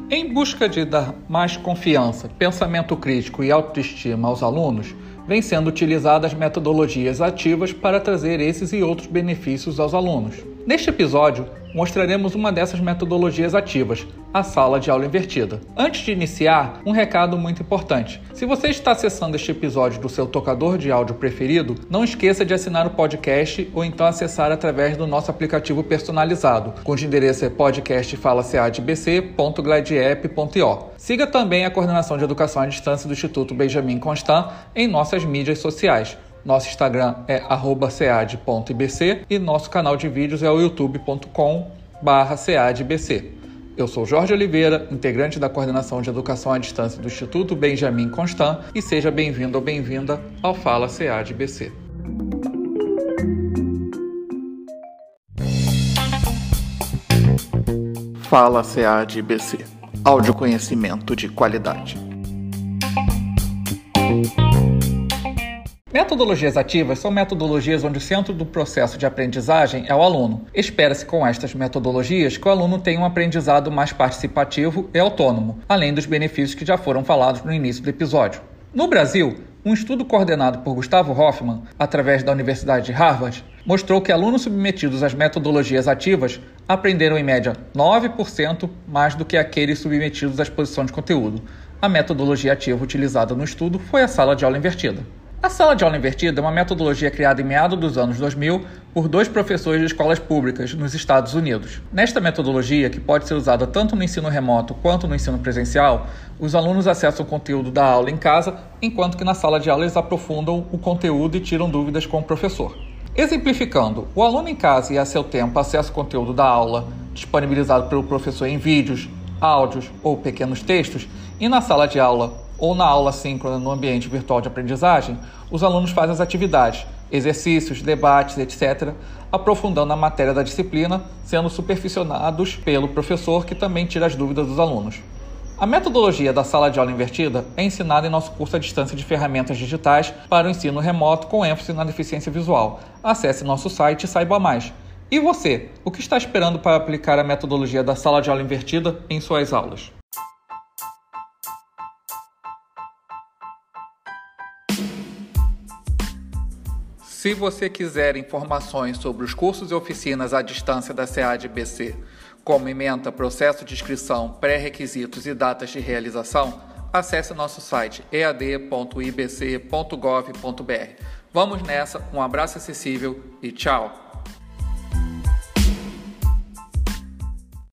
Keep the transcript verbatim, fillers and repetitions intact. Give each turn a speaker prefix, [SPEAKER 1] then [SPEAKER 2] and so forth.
[SPEAKER 1] Em busca de dar mais confiança, pensamento crítico e autoestima aos alunos, vêm sendo utilizadas metodologias ativas para trazer esses e outros benefícios aos alunos. Neste episódio, mostraremos uma dessas metodologias ativas, a sala de aula invertida. Antes de iniciar, um recado muito importante. Se você está acessando este episódio do seu tocador de áudio preferido, não esqueça de assinar o podcast ou então acessar através do nosso aplicativo personalizado, cujo endereço é podcast fala c a d b c ponto gladiapp ponto i o. Siga também a Coordenação de Educação à Distância do Instituto Benjamin Constant em nossas mídias sociais. Nosso Instagram é arroba cead ponto i b c e nosso canal de vídeos é o youtube ponto com barra ceadbc. Eu sou Jorge Oliveira, integrante da Coordenação de Educação à Distância do Instituto Benjamin Constant, e seja bem-vindo ou bem-vinda ao Fala CEAD-B C. Fala CEAD-B C. Audioconhecimento de qualidade. Metodologias ativas são metodologias onde o centro do processo de aprendizagem é o aluno. Espera-se com estas metodologias que o aluno tenha um aprendizado mais participativo e autônomo, além dos benefícios que já foram falados no início do episódio. No Brasil, um estudo coordenado por Gustavo Hoffmann, através da Universidade de Harvard, mostrou que alunos submetidos às metodologias ativas aprenderam em média nove por cento mais do que aqueles submetidos à exposição de conteúdo. A metodologia ativa utilizada no estudo foi a sala de aula invertida. A sala de aula invertida é uma metodologia criada em meados dos anos dois mil por dois professores de escolas públicas nos Estados Unidos. Nesta metodologia, que pode ser usada tanto no ensino remoto quanto no ensino presencial, os alunos acessam o conteúdo da aula em casa, enquanto que na sala de aula eles aprofundam o conteúdo e tiram dúvidas com o professor. Exemplificando, o aluno em casa e a seu tempo acessa o conteúdo da aula, disponibilizado pelo professor em vídeos, áudios ou pequenos textos, e na sala de aula ou na aula síncrona no ambiente virtual de aprendizagem, os alunos fazem as atividades, exercícios, debates, etcétera, aprofundando a matéria da disciplina, sendo supervisionados pelo professor, que também tira as dúvidas dos alunos. A metodologia da sala de aula invertida é ensinada em nosso curso à distância de ferramentas digitais para o ensino remoto com ênfase na deficiência visual. Acesse nosso site e saiba mais. E você, o que está esperando para aplicar a metodologia da sala de aula invertida em suas aulas? Se você quiser informações sobre os cursos e oficinas à distância da CEAD-B C, como ementa, processo de inscrição, pré-requisitos e datas de realização, acesse nosso site e a d ponto i b c ponto gov ponto b r. Vamos nessa, um abraço acessível e tchau!